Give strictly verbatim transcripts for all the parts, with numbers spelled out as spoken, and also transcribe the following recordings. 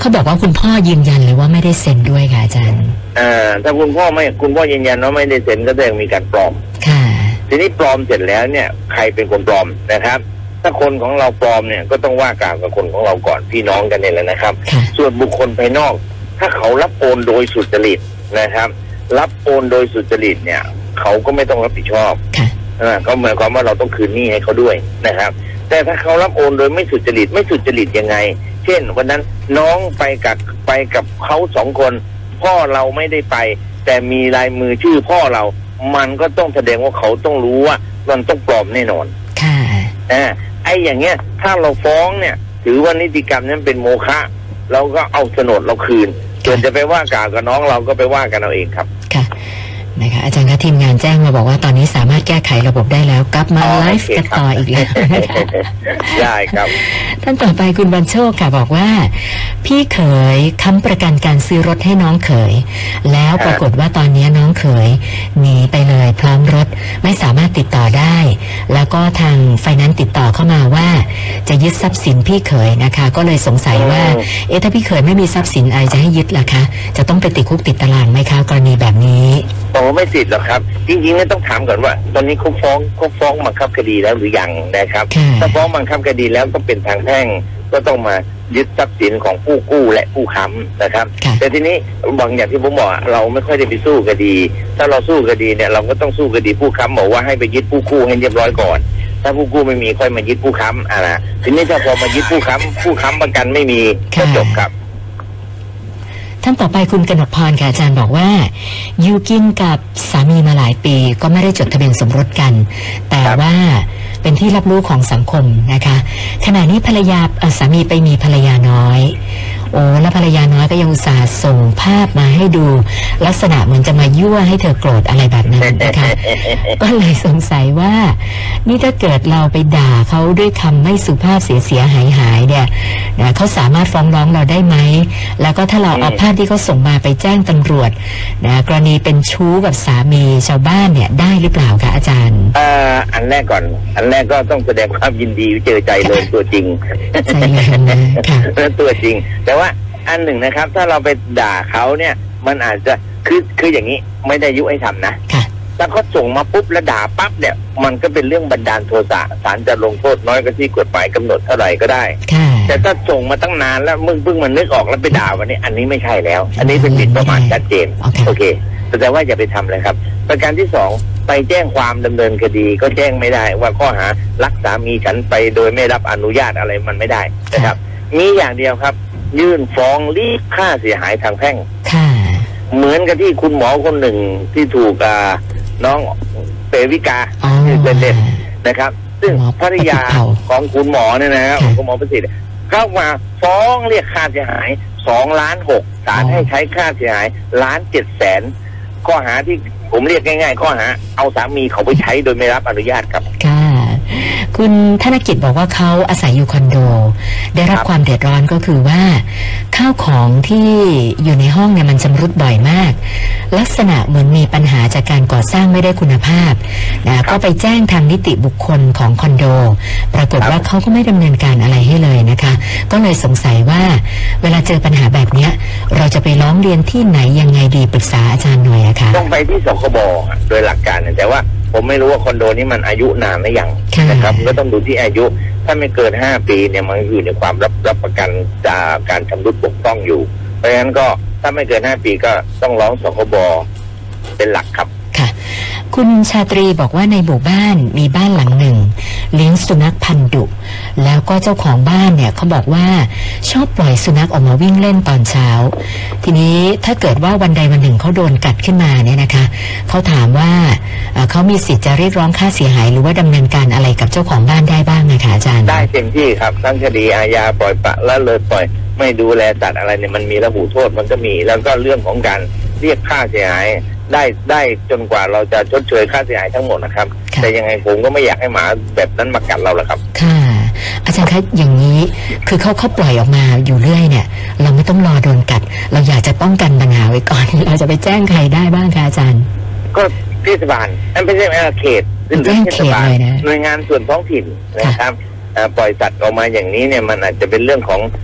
เขาบอกว่าคุณพ่อยืนยันเลยว่าไม่ได้เซ็นด้วยค่ะอาจารย์อ่าถ้าคุณพ่อไม่คุณพ่อยืนยันว่าไม่ได้เซ็นก็แสดงมีการปลอมค่ะทีนี้ปลอมเสร็จแล้วเนี่ยใครเป็นคนปลอมนะครับถ้าคนของเราปลอมเนี่ยก็ต้องว่ากล่าวกับคนของเราก่อนพี่น้องกันนี่แหละนะครับส่วนบุคคลภายนอกถ้าเขารับโอนโดยสุจริตนะครับรับโอนโดยสุจริตเนี่ยเขาก็ไม่ต้องรับผิดชอบเขาหมายความว่าเราต้องคืนหนี้ให้เขาด้วยนะครับแต่ถ้าเขารับโอนโดยไม่สุจริตไม่สุจริตยังไงเช่นวันนั้นน้องไปกับไปกับเขาสองคนพ่อเราไม่ได้ไปแต่มีลายมือชื่อพ่อเรามันก็ต้องแสดงว่าเขาต้องรู้ว่ามันต้องปลอมแน่นอนค่ะอ่าไอ้อย่างเงี้ยถ้าเราฟ้องเนี่ยถือว่านิติกรรมนั้นเป็นโมฆะเราก็เอาโฉนดเราคืนส่วนจะไปว่ากล่าวกับน้องเราก็ไปว่ากันเอาเองครับค่ะนะคะอาจารย์คะทีมงานแจ้งมาบอกว่าตอนนี้สามารถแก้ไขระบบได้แล้วกลับมาไลฟ์กันต่ออีกแล้วได้ครับท่านต่อไปคุณบรรโชคค่ะบอกว่าพี่เขยค้ำประกันการซื้อรถให้น้องเขยแล้วปรากฏว่าตอนนี้น้องเขยหนีไปเลยพร้อมรถไม่สามารถติดต่อได้แล้วก็ทางไฟแนนซ์ติดต่อเข้ามาว่าจะยึดทรัพย์สินพี่เขยนะคะก็เลยสงสัยว่าเอ๊ะถ้าพี่เขยไม่มีทรัพย์สินอะไรจะให้ยึดล่ะคะจะต้องไปติดคุกติดตารางไหมคะกรณีแบบนี้โอ้ไม่ติดหรอกครับจริงๆเนี่ยต้องถามก่อนว่าตอนนี้เขาฟ้องเขาฟ้องบังคับคดีแล้วหรือยังนะครับถ้าฟ้องบังคับคดีแล้วก็เป็นทางแพ่งก็ต้องมายึดทรัพย์สินของผู้กู้และผู้ค้ำนะครับแต่ทีนี้บางอย่างที่ผมบอกเราไม่ค่อยได้ไปสู้คดีถ้าเราสู้คดีเนี่ยเราก็ต้องสู้คดีผู้ค้ำบอกว่าให้ไปยึดผู้กู้ให้เรียบร้อยก่อนถ้าผู้กู้ไม่มีค่อยมายึดผู้ค้ำอ่ะนะทีนี้ถ้าพอมายึดผู้ค้ำผู้ค้ำประกันไม่มีก็จบครับท่านต่อไปคุณกนกพรค่ะอาจารย์บอกว่าอยู่กินกับสามีมาหลายปีก็ไม่ได้จดทะเบียนสมรสกันแต่ว่าเป็นที่รับรู้ของสังคมนะคะขณะนี้ภรรยาสามีไปมีภรรยาน้อยโอ้แล้วภรรยาน้อยก็ยังอุตส่าห์ส่งภาพมาให้ดูลักษณะเหมือนจะมายั่วให้เธอโกรธอะไรแบบนั้นนะคะก็เลยสงสัยว่านี่ถ้าเกิดเราไปด่าเขาด้วยคำไม่สุภาพเสียเสียหายหายเนี่ยนะเขาสามารถฟ้องร้องเราได้ไหมแล้วก็ถ้าเราเอาภาพที่เขาส่งมาไปแจ้งตำรวจนะกรณีเป็นชู้กับสามีชาวบ้านเนี่ยได้หรือเปล่าคะอาจารย์อ่าอันแรกก่อนอันแรกก็ต้องแสดงความยินดีเจอใจเลยตัวจริงใช่เลยนะค่ะตัวจริงแต่ว่าอันหนึ่งนะครับถ้าเราไปด่าเขาเนี่ยมันอาจจะคือคืออย่างนี้ไม่ได้ยุให้ทำนะถ้าเขาส่งมาปุ๊บแล้วด่าปั๊บเนี่ยมันก็เป็นเรื่องบันดาลโทสะศาลจะลงโทษน้อยก็ที่กฎหมายกำหนดเท่าไหร่ก็ได้แต่ถ้าส่งมาตั้งนานแล้วมึงเพิ่งมันนึกออกแล้วไปด่าวันนี้อันนี้ไม่ใช่แล้วอันนี้เป็นหมิ่นประมาทชัดเจนโอเคแต่ว่าอย่าไปทำเลยครับประการที่สองไปแจ้งความดำเนินคดีก็แจ้งไม่ได้ว่าข้อหารักสามีฉันไปโดยไม่รับอนุญาตอะไรมันไม่ได้นะครับมีอย่างเดียวครับยื่นฟ้องรีดค่าเสียหายทางแพ่งเหมือนกับที่คุณหมอคนหนึ่งที่ถูกน้องเปวิกาที่เป็นเด็กนะครับซึ่งภรรยาของคุณหมอเนี่ยนะครับคุณหมอประสิทธิ์เข้ามาฟ้องเรียกค่าเสียหายสองล้านหกศาลให้ใช้ค่าเสียหายล้านเจ็ดแสนข้อหาที่ผมเรียกง่ายๆข้อหาเอาสามีเขาไปใช้โดยไม่รับอนุญาตครับค่ะคุณธนกิจบอกว่าเขาอาศัยอยู่คอนโดได้รับความเดือดร้อนก็คือว่าข้าวของที่อยู่ในห้องเนี่ยมันชำรุดบ่อยมากลักษณะเหมือนมีปัญหาจากการก่อสร้างไม่ได้คุณภาพนะก็ไปแจ้งทางนิติบุคคลของคอนโดปรากฏว่าเขาก็ไม่ดำเนินการอะไรให้เลยนะคะก็เลยสงสัยว่าเวลาเจอปัญหาแบบนี้เราจะไปร้องเรียนที่ไหนยังไงดีปรึกษาอาจารย์หน่อยอะค่ะต้องไปที่สคบโดยหลักการแต่ว่าผมไม่รู้ว่าคอนโดนี้มันอายุนานหรือยังนะครับก็ต้องดูที่อายุถ้าไม่เกินห้าปีเนี่ยมันอยู่ในความรับรับประกันจากการชำรุดบกพร่องอยู่เพราะฉะนั้นก็ถ้าไม่เกินห้าปีก็ต้องร้องสคบเป็นหลักครับค่ะคุณชาตรีบอกว่าในหมู่บ้านมีบ้านหลังหนึ่งเลี้ยงสุนัขพันธุ์ดุแล้วก็เจ้าของบ้านเนี่ยเขาบอกว่าชอบปล่อยสุนัขออกมาวิ่งเล่นตอนเช้าทีนี้ถ้าเกิดว่าวันใดวันหนึ่งเขาโดนกัดขึ้นมาเนี่ยนะคะเขาถามว่าเขามีสิทธิ์จะเรียกร้องค่าเสียหายหรือว่าดำเนินการอะไรกับเจ้าของบ้านได้บ้างนะคะอาจารย์ได้เต็มที่ครับทั้งคดีอาญาปล่อยปละละเลยปล่อยไม่ดูแลสัตว์อะไรเนี่ยมันมีระบุโทษมันก็มีแล้วก็เรื่องของการเรียกค่าเสียหายได้ได้จนกว่าเราจะชดเชยค่าเสียหายทั้งหมดนะครับแต่ยังไงผมก็ไม่อยากให้หมาแบบนั้นมากัดเราหรอกครับค่ะอาจารย์คะอย่างนี้คือเขาเขาปล่อยออกมาอยู่เรื่อยเนี่ยเราไม่ต้องรอโดนกัดเราอยากจะป้องกันปัญหาไว้ก่อนเราจะไปแจ้งใครได้บ้างคะอาจารย์ก็เทศบาลนั่นไม่ใช่เขตแจ้งเขตเลยนะหน่วยงานส่วนท้องถิ่นนะครับปล่อยสัตว์ออกมาอย่างนี้เนี่ยมันอาจจะเป็นเรื่องของ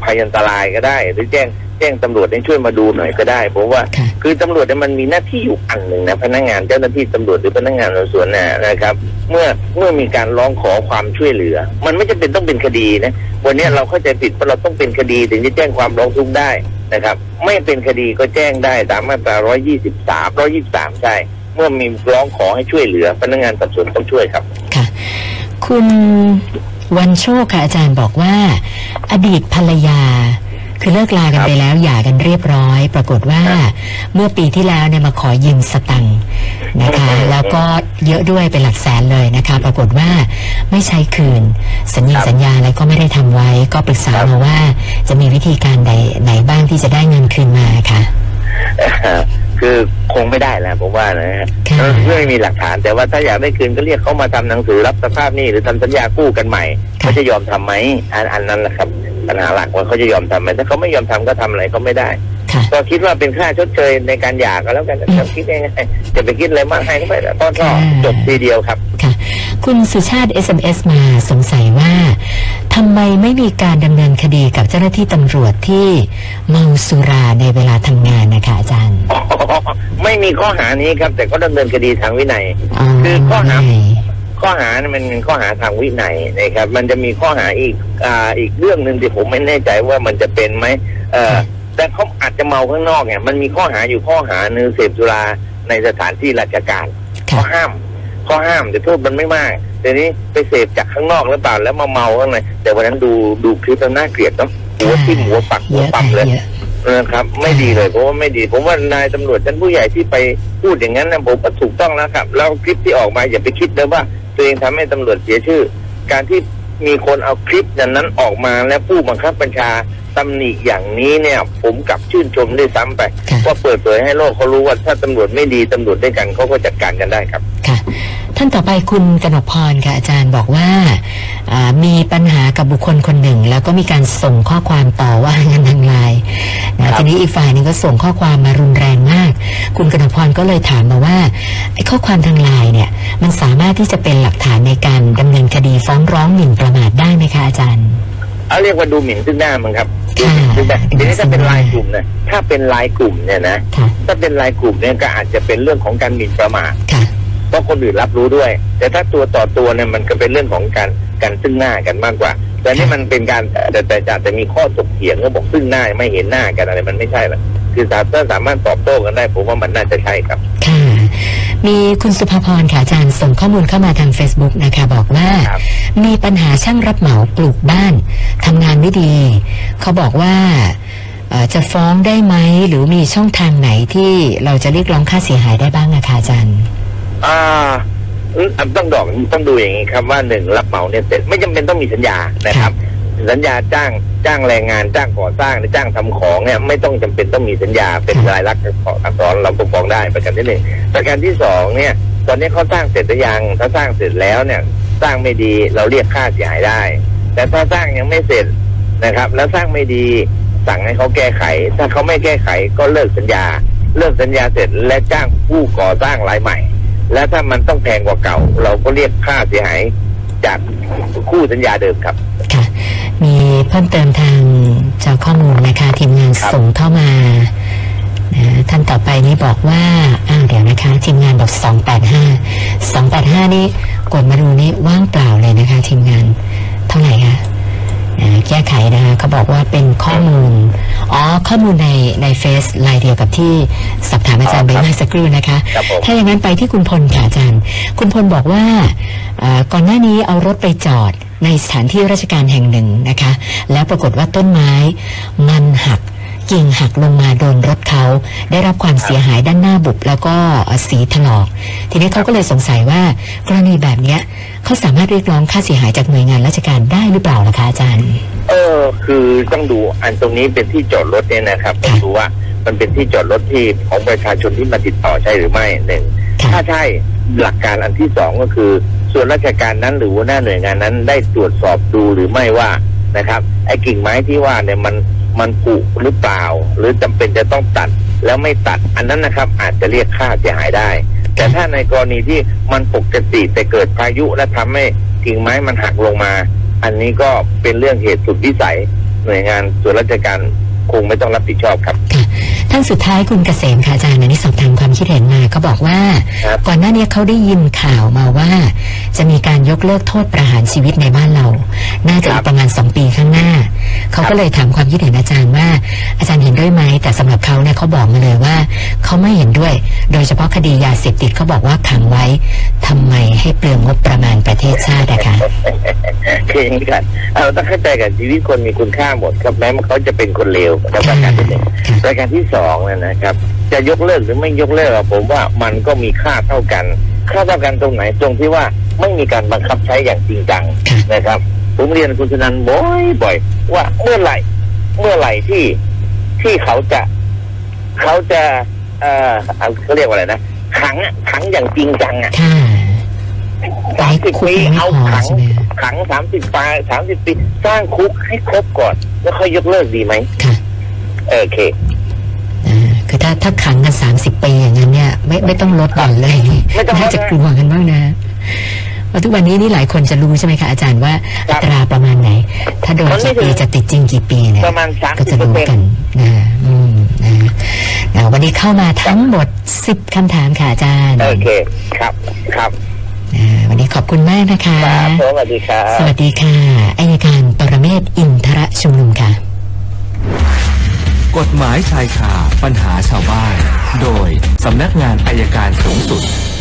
ภัยอันตรายก็ได้หรือแจ้งแจ้งตำรวจให้ช่วยมาดูหน่อยก็ได้เพราะว่าคือตำรวจเนี่ยมันมีหน้าที่อยู่อันหนึ่งนะพนักงานเจ้าหน้าที่ตำรวจหรือพนักงานสอบสวนน่ะนะครับเมื่อเมื่อมีการร้องขอความช่วยเหลือมันไม่จำเป็นต้องเป็นคดีนะวันนี้เราเข้าใจผิดว่าเราต้องเป็นคดีถึงจะแจ้งความร้องทุกข์ได้นะครับไม่เป็นคดีก็แจ้งได้ตามมาตราหนึ่งร้อยยี่สิบสาม หนึ่งร้อยยี่สิบสามใช่เมื่อมีร้องขอให้ช่วยเหลือพนักงานสอบสวนต้องช่วยครับค่ะคุณวันโชคค่ะอาจารย์บอกว่าอดีตภรรยาคือเลิกลากันไปแล้วหย่ากันเรียบร้อยปรากฏว่าเมื่อปีที่แล้วเนี่ยมาขอยืมสตังค์นะคะแล้วก็เยอะด้วยเป็นหลักแสนเลยนะคะปรากฏว่าไม่ใช้คืนสัญญาสัญญาอะไรก็ไม่ได้ทำไว้ก็ปรึกษามาว่าจะมีวิธีการใดไหนบ้างที่จะได้เงินคืนมาค่ะคือคงไม่ได้แล้วผมว่านะฮะไม่มีหลักฐานแต่ว่าถ้าอยากได้คืนก็เรียกเขามาทำหนังสือรับสภาพหนี้หรือทำสัญญากู้กันใหม่เขาจะยอมทำไหมอันอันนั้นแหละครับปัญหาหลักว่าเขาจะยอมทำไหมถ้าเขาไม่ยอมทำก็ทำอะไรก็ไม่ได้ก็คิดว่าเป็นค่าชดเชยในการหย่ากันแล้วกันจะคิดยังไงจะไปคิดอะไรมากให้ก็ไม่ได้ตอนก็จบทีเดียวครับค่ะคุณสุชาติ เอส เอ็ม เอส มาสงสัยว่าทำไมไม่มีการดำเนินคดีกับเจ้าหน้าที่ตำรวจที่เมาสุราในเวลาทำงานนะคะอาจารย์ไม่มีข้อหานี้ครับแต่ก็ดำเนินคดีทางวินัยคือข้อหาข้อหามันเป็นข้อหาทางวินัยนะครับมันจะมีข้อหาอีกอ่าอีกเรื่องหนึ่งที่ผมไม่แน่ใจว่ามันจะเป็นไหมเอ่อแต่เขาอาจจะเมาข้างนอกเนี่ยมันมีข้อหาอยู่ข้อหาหนึ่งเสพสุราในสถานที่ราชการข้อห้ามข้อห้ามแต่โทษมันไม่มากแต่นี้ไปเสพจากข้างนอกหรือเปล่าแล้วมาเมาข้างในแต่วันนั้นดูดูคลิปแล้วน่าเกลียดเนาะหัวทิ่มหัวปักหัวปั๊มเลยนะครับไม่ดีเลยเพราะว่าไม่ดีผมว่านายตำรวจชั้นผู้ใหญ่ที่ไปพูดอย่างนั้นนะผมก็ถูกต้องแล้วครับแล้วคลิปที่ออกมาอย่าไปคิดเลยว่าตัวเองทำให้ตำรวจเสียชื่อการที่มีคนเอาคลิปนั้นออกมาและผู้บังคับบัญชาตำหนิอย่างนี้เนี่ยผมกลับชื่นชมด้วยซ้ำไปว่าเปิดเผยให้โลกเขารู้ว่าถ้าตำรวจไม่ดีตำรวจด้วยกันเขาก็จัดการกันได้ครับค่ะท่านต่อไปคุณกนกพรค่ะอาจารย์บอกว่ามีปัญหากับบุคคลคนหนึ่งแล้วก็มีการส่งข้อความต่อว่ากันทางไลน์นะทีนี้อีกฝ่ายนึงก็ส่งข้อความมารุนแรงมากคุณกนกพรก็เลยถามมาว่าไอ้ข้อความทางไลน์เนี่ยมันสามารถที่จะเป็นหลักฐานในการดำเนินคดีฟ้องร้องหมิ่นประมาทได้ไหมคะอาจารย์เอาเรียกว่าดูหมิ่นซึ่งหน้ามั้งครับทีนี้ถ้าเป็นรายกลุ่มนะถ้าเป็นรายกลุ่มเนี่ยนะถ้าเป็นรายกลุ่มเนี่ยก็อาจจะเป็นเรื่องของการหมิ่นประมาทเพราะคนอื่นรับรู้ด้วยแต่ถ้าตัวต่อตัวเนี่ยมันก็เป็นเรื่องของการกันซึ่งหน้ากันมากกว่าแต่นี่มันเป็นการแต่แต่จะแต่มีข้อถกเถียงก็บอกซึ่งหน้าไม่เห็นหน้ากันอะไรมันไม่ใช่หรอกคือถ้าสามารถตอบโต้กันได้ผมว่ามันน่าจะใช่ครับค่ะมีคุณสุภาพรค่ะอาจารย์ส่งข้อมูลเข้ามาทาง Facebook นะคะบอกว่ามีปัญหาช่างรับเหมาปลูกบ้านทำงานไม่ดีเขาบอกว่าจะฟ้องได้ไหมหรือมีช่องทางไหนที่เราจะเรียกร้องค่าเสียหายได้บ้างนะคะอาจารย์อ่าต้องดอกต้องดูอย่างนี้ครับว่าหนึ่งรับเหมาเนี่ยเสร็จไม่จำเป็นต้องมีสัญญานะครับสัญญาจ้างจ้างแรงงานจ้างก่อสร้างหรือจ้างทำของเนี่ยไม่ต้องจำเป็นต้องมีสัญญาเป็นรายลักษณ์ของอักษรเราก็ฟ้องได้ประการที่หนึ่งประการที่สองเนี่ยตอนนี้เขาสร้างเสร็จหรือยังถ้าสร้างเสร็จแล้วเนี่ยสร้างไม่ดีเราเรียกค่าเสียหายได้แต่ถ้าสร้างยังไม่เสร็จนะครับแล้วสร้างไม่ดีสั่งให้เขาแก้ไขถ้าเขาไม่แก้ไขก็เลิกสัญญาเลิกสัญญาเสร็จและจ้างผู้ก่อสร้างรายใหม่และถ้ามันต้องแพงกว่าเก่าเราก็เรียกค่าเสียหายจากคู่สัญญาเดิมครับค่ะมีเพิ่มเติมทางจากข้อมูลนะคะทีมงานส่งเข้ามาท่านต่อไปนี้บอกว่าอ้าวเดี๋ยวนะคะทีมงานบอกสองแปดห้า สองแปดห้านี่กดมาดูนี่ว่างเปล่าเลยนะคะทีมงานเท่าไหร่คะแก้ไขนะคะเขาบอกว่าเป็นข้อมูลอ๋อข้อมูลในในเฟซไลน์เดียวกับที่สอบถามอาจารย์ไปเมื่อสักครู่นะคะถ้าอย่างนั้นไปที่คุณพลค่ะอาจารย์คุณพลบอกว่าก่อนหน้านี้เอารถไปจอดในสถานที่ราชการแห่งหนึ่งนะคะแล้วปรากฏว่าต้นไม้มันหักกิ่งหักลงมาโดนรถเขาได้รับความเสียหายด้านหน้าบุบแล้วก็สีถลอกทีนี้เขาก็เลยสงสัยว่ากรณีแบบนี้เขาสามารถเรียกร้องค่าเสียหายจากหน่วยงานราชการได้หรือเปล่าล่ะคะอาจารย์เออคือต้องดูอันตรงนี้เป็นที่จอดรถเนี่ยนะครับต้องดูว่ามันเป็นที่จอดรถที่ของประชาชนที่มาติดต่อใช่หรือไม่หนึ่งถ้าใช่หลักการอันที่สองก็คือส่วนราชการนั้นหรือว่าหน้าหน่วยงานนั้นได้ตรวจสอบดูหรือไม่ว่านะครับไอ้กิ่งไม้ที่ว่าเนี่ยมันมันผุหรือเปล่าหรือจำเป็นจะต้องตัดแล้วไม่ตัดอันนั้นนะครับอาจจะเรียกค่าเสียหายได้แต่ถ้าในกรณีที่มันปกติแต่เกิดพายุและทำให้กิ่งไม้มันหักลงมาอันนี้ก็เป็นเรื่องเหตุสุดวิสัยหน่วยงานส่วนราชการคงไม่ต้องรับผิดชอบครับค่ะท่านสุดท้ายคุณเกษมค่ะอาจารย์อันนี้สอบถามความคิดเห็นมาเขาบอกว่าก่อนหน้านี้เขาได้ยินข่าวมาว่าจะมีการยกเลิกโทษประหารชีวิตในบ้านเราน่าจะประมาณสองปีข้างหน้าเขาก็เลยถามความคิดเห็นอาจารย์ว่าอาจารย์เห็นด้วยไหมแต่สำหรับเขาเนี่ยเขาบอกมาเลยว่าเขาไม่เห็นด้วยโดยเฉพาะคดียาเสพติดเขาบอกว่าขังไว้ทำไมให้เปลืองงบประมาณประเทศชาตินะคะคืออย่างนี้กันเราต้องเข้าใจกันชีวิตคนมีคุณค่าหมดครับแม้ว่าเขาจะเป็นคนเลวแต่ประการที่หนึ่งประการที่สองเนี่ยนะครับจะยกเลิกหรือไม่ยกเลิกผมว่ามันก็มีค่าเท่ากันค่าเท่ากันตรงไหนตรงที่ว่าไม่มีการบังคับใช้อย่างจริงจังนะครับผมเรียนคุณชนันบ่อยบ่อยว่าเมื่อไหร่เมื่อไหร่ที่ที่เขาจะเขาจะเอ่อเขาเรียกว่าอะไรนะขังขังอย่างจริงจังอ่ะสามสิบปีเอาขังขังสามสิบปีสามสิบปีสร้างคุกให้ครบก่อนแล้วค่อยยกเลิกดีไหมโอเคคือถ้าถ้าขังกันสามสิบปีอย่างนั้นเนี่ยไม่ไม่ต้องลดหย่อนเลยน่าจะกลัวกันบ้างนะว่าทุกวันนี้นี่หลายคนจะรู้ใช่ไหมคะอาจารย์ว่าอัตราประมาณไหนถ้าโดนกี่ปีจะติดจริงกี่ปีเนี่ยก็จะรู้กันนะอืมนะวันนี้เข้ามาทั้งหมดสิบคำถามค่ะอาจารย์โอเคครับครับวันนี้ขอบคุณมากนะคะสวัสดีค่ะสวัสดีค่ะอัยการปรเมศวร์อินทรชุมนุมค่ะกฎหมายชายคาปัญหาชาวบ้านโดยสำนักงานอัยการสูงสุด